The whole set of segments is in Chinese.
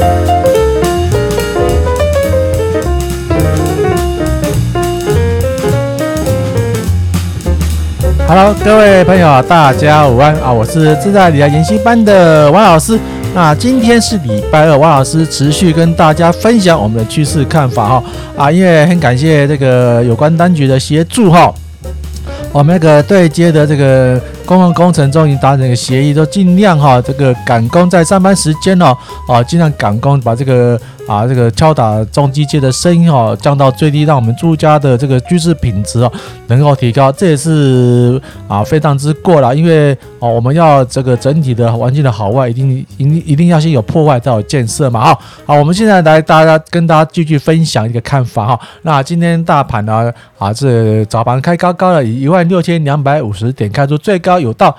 Hello， 各位朋友，大家午安啊！我是自在理财研习班的王老师。那今天是礼拜二，王老师持续跟大家分享我们的趋势看法因为很感谢这个有关当局的协助我们那个对接的这个公共工程终于达成一个协议，都尽量这个赶工在上班时间尽量赶工把这个敲打中机械的声音降到最低，让我们住家的这个居住品质能够提高，这也是非常之过了，因为我们要这个整体的环境的好坏，一定要先有破坏再有建设嘛好，我们现在来跟大家继续分享一个看法那今天大盘呢这早盘开高了，以16250点开出，最高有到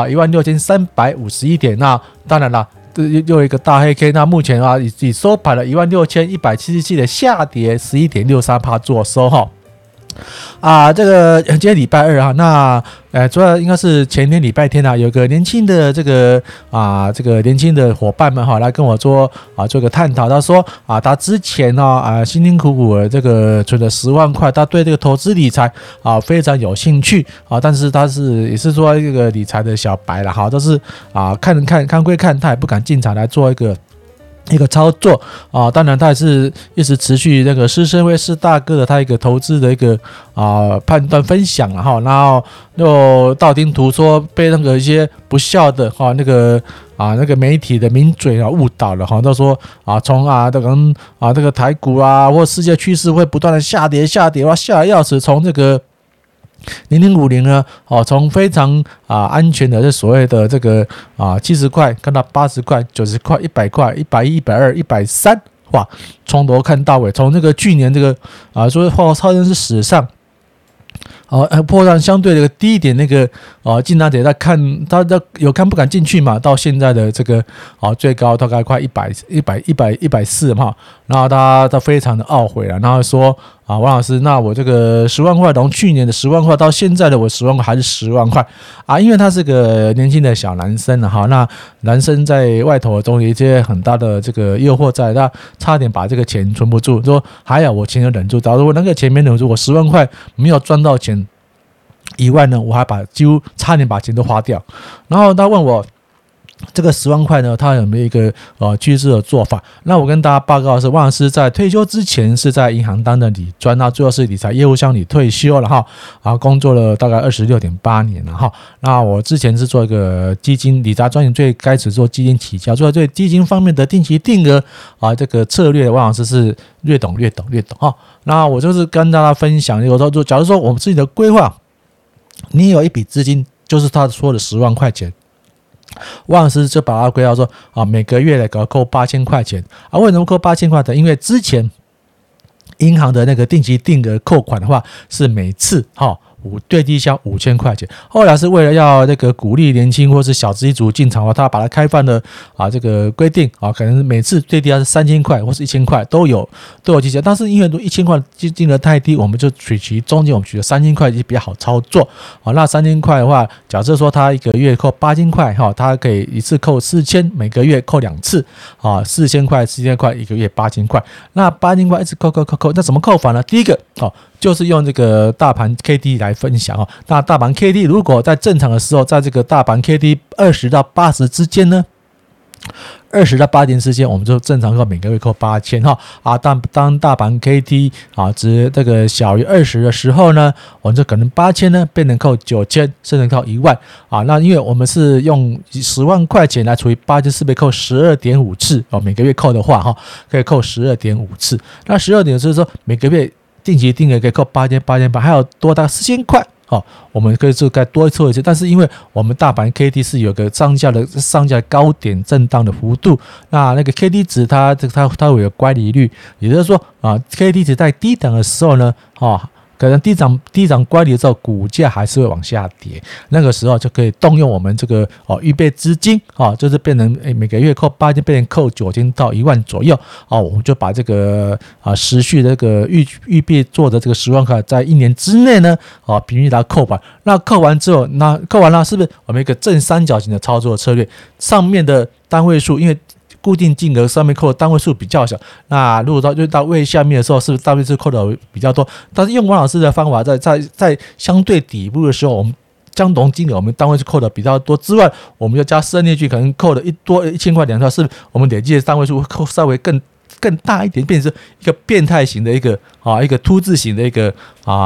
16351点，那当然了。又一个大黑 K， 那目前以收盘了16177的下跌11.63%做收这个今天礼拜二那主要应该是前天礼拜天有个年轻的这个年轻的伙伴们来跟我做个探讨，他说他之前辛辛苦苦的这个存了10万块，他对这个投资理财非常有兴趣但是他也是说这个理财的小白啦都是看归看，他也不敢进场来做一个操作当然他也是一直持续那个施生辉施大哥的他一个投资的一个判断分享然后又道听途说被那个一些不孝的那个媒体的名嘴误导了都说从这个台股或世界趋势会不断的下跌下来要死，从这个0050呢从非常安全的这所谓的这个70块看到80块90块100块110 120 130哇，从头看到尾，从这个去年这个说好像是史上破上相对的低一点那个进场点，他有看不敢进去嘛，到现在的这个最高大概快140嘛，然后他非常的懊悔了，然后说王老师，那我这个10万块从去年的10万块到现在的我10万块还是10万块因为他是个年轻的小男生那男生在外头中有一些很大的这个诱惑在，他差点把这个钱存不住，说还好我钱有忍住，假如我那个钱没忍住，我10万块没有赚到钱以外呢，我还几乎差点把钱都花掉。然后他问我这个10万块呢，他有没有一个趋势的做法？那我跟大家报告的是，王老师在退休之前是在银行当的理专，那最后是理财业务经理退休了工作了大概26.8年了那我之前是做一个基金理财专员，最开始做基金起家，所以对基金方面的定期定额这个策略，王老师是略懂那我就是跟大家分享，有时候假如说我们自己的规划，你有一笔资金，就是他说的10万块钱。王老师就把它规划说每个月来扣8000块钱为什么扣8000块钱？因为之前银行的那个定期定额扣款的话是每次最低销5000块钱，后来是为了要那个鼓励年轻或是小资一族进场的话，他把它开放了这个规定可能每次最低是3000块或是1000块都有计价，但是因为1000块金额太低，我们就取其中间，我们取了3000块就比较好操作那3000块的话，假设说他一个月扣8000块他可以一次扣4000，每个月扣2次4000块一个月8000块，那8000块一直扣，那怎么扣法呢？第一个就是用这个大盘 KD 来分享那大盘 KD 如果在正常的时候，在这个大盘 KD 20到80之间呢，20到80之间，我们就正常扣每个月扣8000当大盘 KD 值这个小于20的时候呢，我们就可能8000呢变成扣9000，甚至扣1万那因为我们是用10万块钱来除以8000，是被扣12.5次每个月扣的话可以扣12.5次，那12.5次说每个月定期定额可以扣8800，还有多大4000块我们可以再多测一次，但是因为我们大盘 KD 是有个上下高点震荡的幅度，那个 KD 值它会有乖离率，也就是说KD 值在低档的时候呢可能低涨乖离之后，股价还是会往下跌，那个时候就可以动用我们这个预备资金就是变成每个月扣8000，变成扣9000到1万左右我们就把这个持续的这个预备做的这个10万块，在1年之内呢平均它扣完，那扣完之后，那扣完了是不是我们一个正三角形的操作策略？上面的单位数因为固定金额上面扣的单位数比较小，那如果说就到越下面的时候，是不是单位数扣的比较多？但是用王老师的方法，在相对底部的时候，我们相同金额我们单位数扣的比较多之外，我们就加深进去，可能扣的多1000块2套，是我们累计的单位数扣稍微更大一点，变成一个变态型的一个凸字型的一个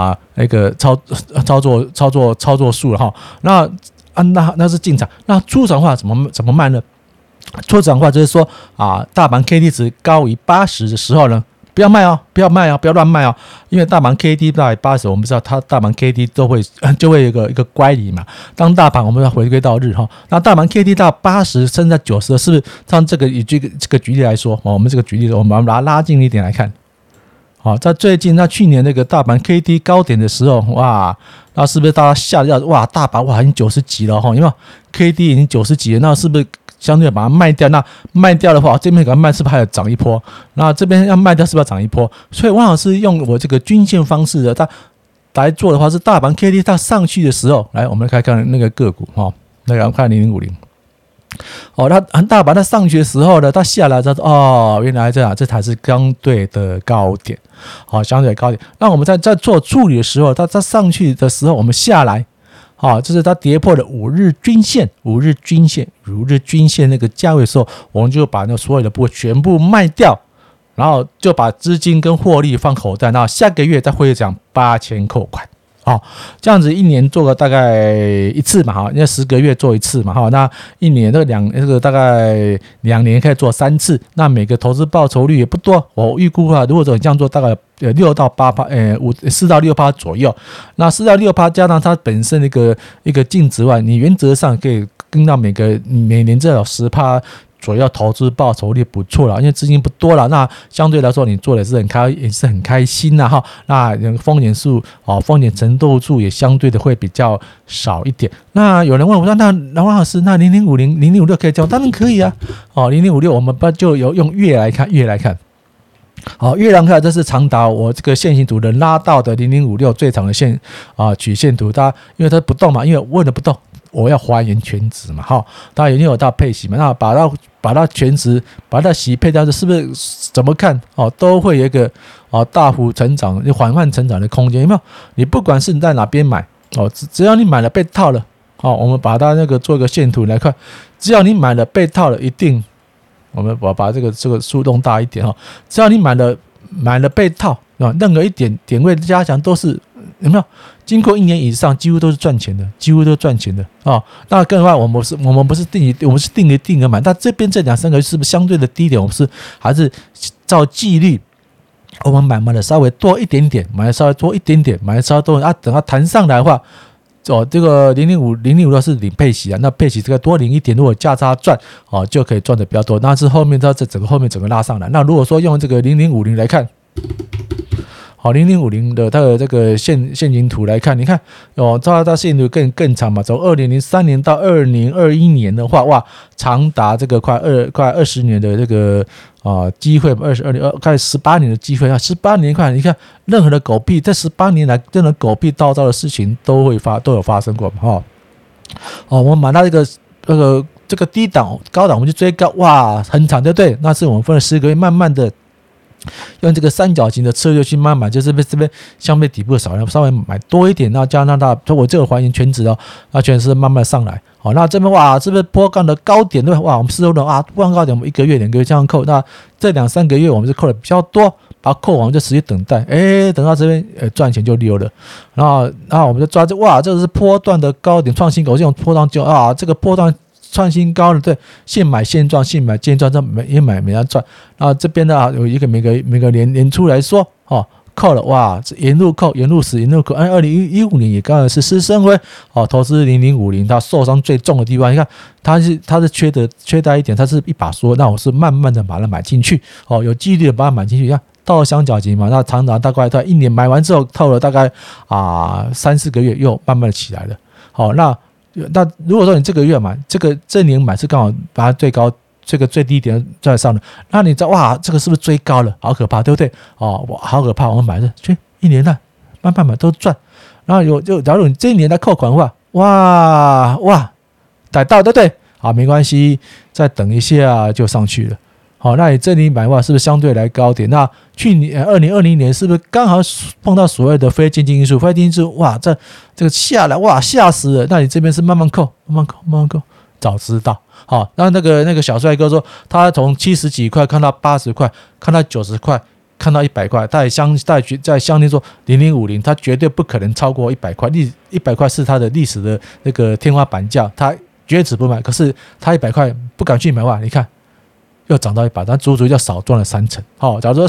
操作数了哈。那是进场，那出场的话怎么卖呢？出场的话就是说大盘 KD 值高于80的时候呢，不要卖哦，不要乱卖哦，因为大盘 KD 大于80，我们知道它大盘 KD 就会有一个乖离嘛。当大盘我们要回归到日哈，那大盘 KD 到80甚至90，是不是？像这个以这个举例来说，我们这个举例，我们把它拉近一点来看。好，在最近去年那个大盘 KD 高点的时候，哇，那是不是大家吓一跳？哇，大盘已经90几了哈，有没有 ？KD 已经90几了，那是不是相对把它卖掉？那卖掉的话，这边给它卖是不是还要涨一波？那这边要卖掉是不是要涨一波？所以王老师用我这个均线方式的，它来做的话，是大盘 KD 它上去的时候，来我们来看那个个股哈，那个看0050。它大盘它上去的时候呢，它下来之后，原来这才是相对的高点，相对的高点。那我们在做处理的时候，它上去的时候，我们下来，这是它跌破了5日均线那个价位的时候，我们就把那所有的部位全部卖掉，然后就把资金跟获利放口袋，然后下个月再汇涨8000扣款。这样子一年做个大概一次嘛，因为10个月做一次嘛，那一年这个大概2年可以做3次，那每个投资报酬率也不多，我预估如果说你这样做，大概6到8%，4到6%左右，那4到6%加上它本身的一个净值外，你原则上可以跟到每年至少10%。左右投资报酬率不错了，因为资金不多了，那相对来说你做的也是很开心呐哈。那风险程度数也相对的会比较少一点。那有人问我说，那王老师，那0050、0056可以教？当然可以啊。0056我们就有用月来看。月来看，这是长达我这个线形图能拉到的0056最长的线曲线图，因为它不动嘛，因为为了不动。我要还原全值嘛，当然一定有到配息嘛，那把它全值把它息配掉，是不是怎么看都会有一个大幅成长、缓慢成长的空间，有没有？你不管是你在哪边买只要你买了被套了我们把它那个做一个线图来看，只要你买了被套了，一定我们把这个数动大一点只要你买了被套任何一点位的加强都是。有没有经过1年以上，几乎都是赚钱的，那更何况我们不是定额买，那这边这2-3个月是不是相对的低点？我们还是照纪律，我们买的稍微多一点点，买的稍微多一点点，买的稍微多等它弹上来的话。这个0056是领配息那配息这个多领一点，如果价差赚就可以赚的比较多。那是后面它整个拉上来。那如果说用这个0050来看。0050的它的这个线形图来看，你看它线形图更长嘛，从2003年到2021年的话，哇，长达这个快20年的这个机会快18年的机会，18年看，你看任何的狗屁，这18年来任何狗屁倒灶的事情都有发生过嘛，我们买到这个低档高档，我们就追高，哇，很长，对不对？那是我们分了10个月，慢慢的。用这个三角形的策略去慢慢就是这边相对底部的少量稍微买多一点，那加上它我这个还原全值那全是慢慢上来。那这边哇，这边波杠的高点对吧？哇，我们事后波杠高点我们1个月2个月这样扣，那这2-3个月我们是扣的比较多，把它扣完就持续等待，等到这边赚钱就溜了。然后我们就抓哇，这个是波段的高点创新高，这种波段就这个波段。创新高了，对，现买现赚，现买现赚，这也买没人赚。然后这边呢有一个每个年初来说，扣了哇，沿路扣，沿路死，沿路扣。2015年也刚好是施昇輝投资0050，它受伤最重的地方，你看它是缺大一点，它是一把梭，那我是慢慢的把它买进去，有纪律的把它买进去，你看到了三角形嘛，那长达大概它1年买完之后，套了大概3-4个月，又慢慢的起来了。那如果说你这个月买，这年买是刚好把它最高这个最低点在上的，那你知道哇，这个是不是追高了？好可怕，对不对？好可怕！我们买的1年了，慢慢买都赚。然后假如你这1年来扣款的话，哇，逮到，对不对？好，没关系，再等一下就上去了。 好，那你这里买的话是不是相对来高点？那去年2020年是不是刚好碰到所谓的非经济因素？非经济因素哇，这个下来哇吓死了。那你这边是慢慢扣，早知道。好，那个小帅哥说，他从70几块看到80块，看到90块。看到100块，他也在相信说0050，他绝对不可能超过100块。100块是他的历史的那个天花板价，他绝止不买。可是他100块不敢去买的话，你看又涨到100，他足足要少赚了30%。好，假如说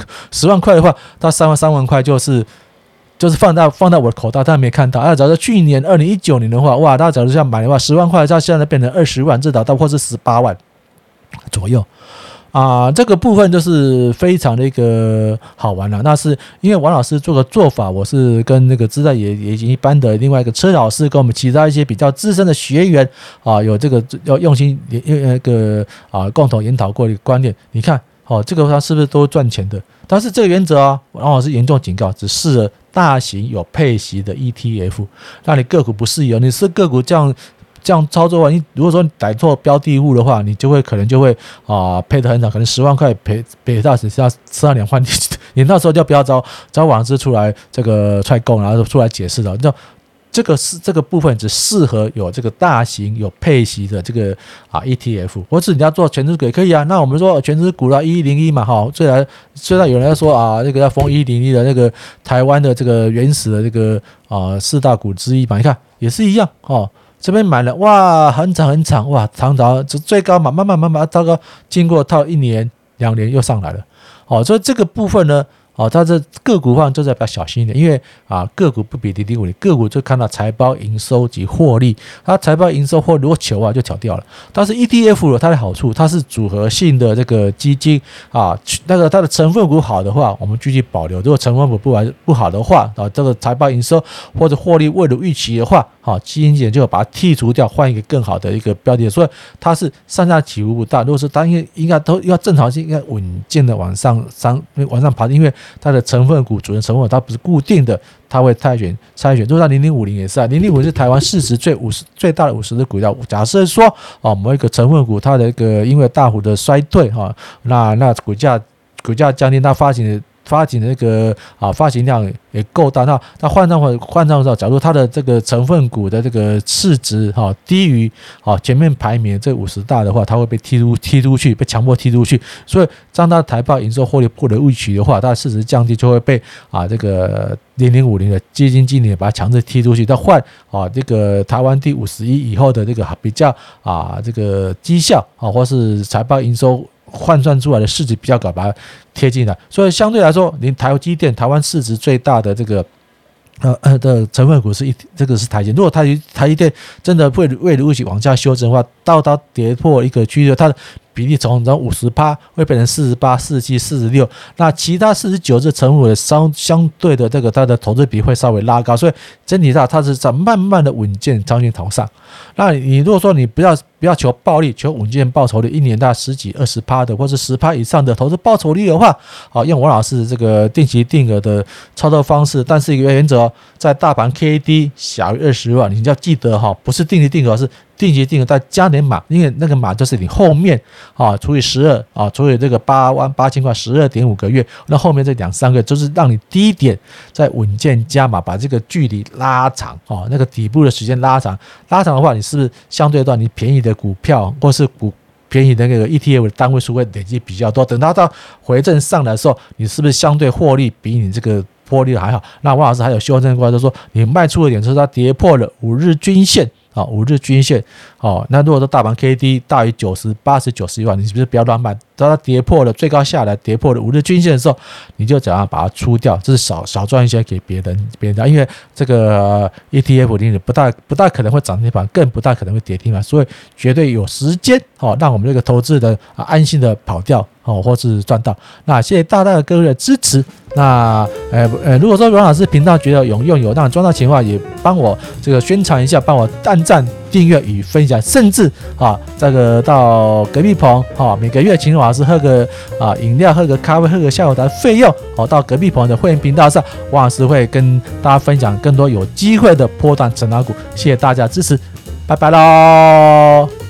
10万块的话，他3万块就是放到我的口袋，他没看到。假如说去年2019年的话，哇，他假如这样买的话，10万块，他现在变成20万，至少到或是18万左右。这个部分就是非常的一个好玩了。那是因为王老师做个做法，我是跟那个资在也一般的另外一个车老师跟我们其他一些比较资深的学员有这个要用心那个共同研讨过的观念。你看这个它是不是都赚钱的？但是这个原则王老师严重警告，只适合大型有配息的 ETF， 那你个股不适宜你是个股这样操作的话，你如果说你逮错标的物的话，你可能就会赔得很惨，可能10万块赔到只要吃到2万，你那时候就不要找王老师出来这个踹供，然后出来解释了。这个部分只适合有这个大型有配息的这个ETF， 或者你要做全指股也可以啊。那我们说全指股1101嘛虽然有人说这个要封1101的那个台湾的这个原始的这个4大股之一嘛，你看也是一样这边买了哇，很长哇，长最高嘛，慢慢糟糕，经过套1年2年又上来了。所以这个部分呢，它这个股方就在比较小心一点，因为个股不比0050，个股就看到财报营收及获利，它财报营收或如果求就挑掉了。但是 ETF 有它的好处，它是组合性的这个基金那个它的成分股好的话，我们继续保留；如果成分股不好的话这个财报营收或者获利未如预期的话，基金经理就把它剔除掉，换一个更好的一个标的，所以它是上下起伏不大。如果是它应该都要正常性，应该稳健的往上爬，因为它的成分股主要成分股它不是固定的，它会筛选。就像0050也是0050是台湾市值最大的50只股票。假设说某一个成分股它的一个因为大幅的衰退那股价降低，它发行的那个发行量也够大，那换上的时候，假如它的这个成分股的这个市值低于前面排名这50大的话，它会被踢出去，被强迫踢出去。所以当它台报营收获利不能预期的话，它的市值降低，就会被这个0050的基金经理把它强制踢出去，再换这个台湾第51以后的这个比较这个绩效或是财报营收换算出来的市值比较高，把它贴进来。所以相对来说，台积电台湾市值最大的这个的成分股这个是台积电。如果台积电真的会为了预期往下修正的话，到它跌破一个区域，它的比例从50%会变成48%、47%、46%，那其他49只成分股的相对的这个它的投资比会稍微拉高，所以整体上它是在慢慢的稳健将军头上。那你如果说你不要求暴利，求稳健报酬率，1年大概10几20%的，或是10%以上的投资报酬率的话，用王老师这个定期定额的操作方式，但是一个原则在大盘 KD 小于20万，你要记得不是定期定额，是定期定额再加点码，因为那个码就是你后面除以12除以这个88000块12.5个月，那后面这2-3个就是让你低点再稳健加码，把这个距离拉长那个底部的时间拉长的话，你是不是相对到你便宜的股票或是便宜的那个 ETF 的单位数会累积比较多，等它到回正上来的时候，你是不是相对获利比你这个获利还好？那王老师还有修正过来，就是说你卖出的点就是它跌破了5日均线5日均线那如果说大盘 KD 大于90、80、91万，你是不是不要乱卖？当它跌破了最高下来，跌破了5日均线的时候，你就怎样把它出掉，这是少赚一些给别人，因为这个ETF 你不大可能会涨停板，更不大可能会跌停板，所以绝对有时间让我们这个投资人安心的跑掉或是赚到。那谢谢大家的各位的支持。那如果说王老师频道觉得有用，有让你赚到钱的话，也帮我这个宣传一下，帮我按赞、订阅与分享，甚至这个到隔壁棚每个月请王老师喝个饮料、喝个咖啡、喝个下午茶费用到隔壁棚的会员频道上，王老师会跟大家分享更多有机会的波段成长股。谢谢大家支持，拜拜喽。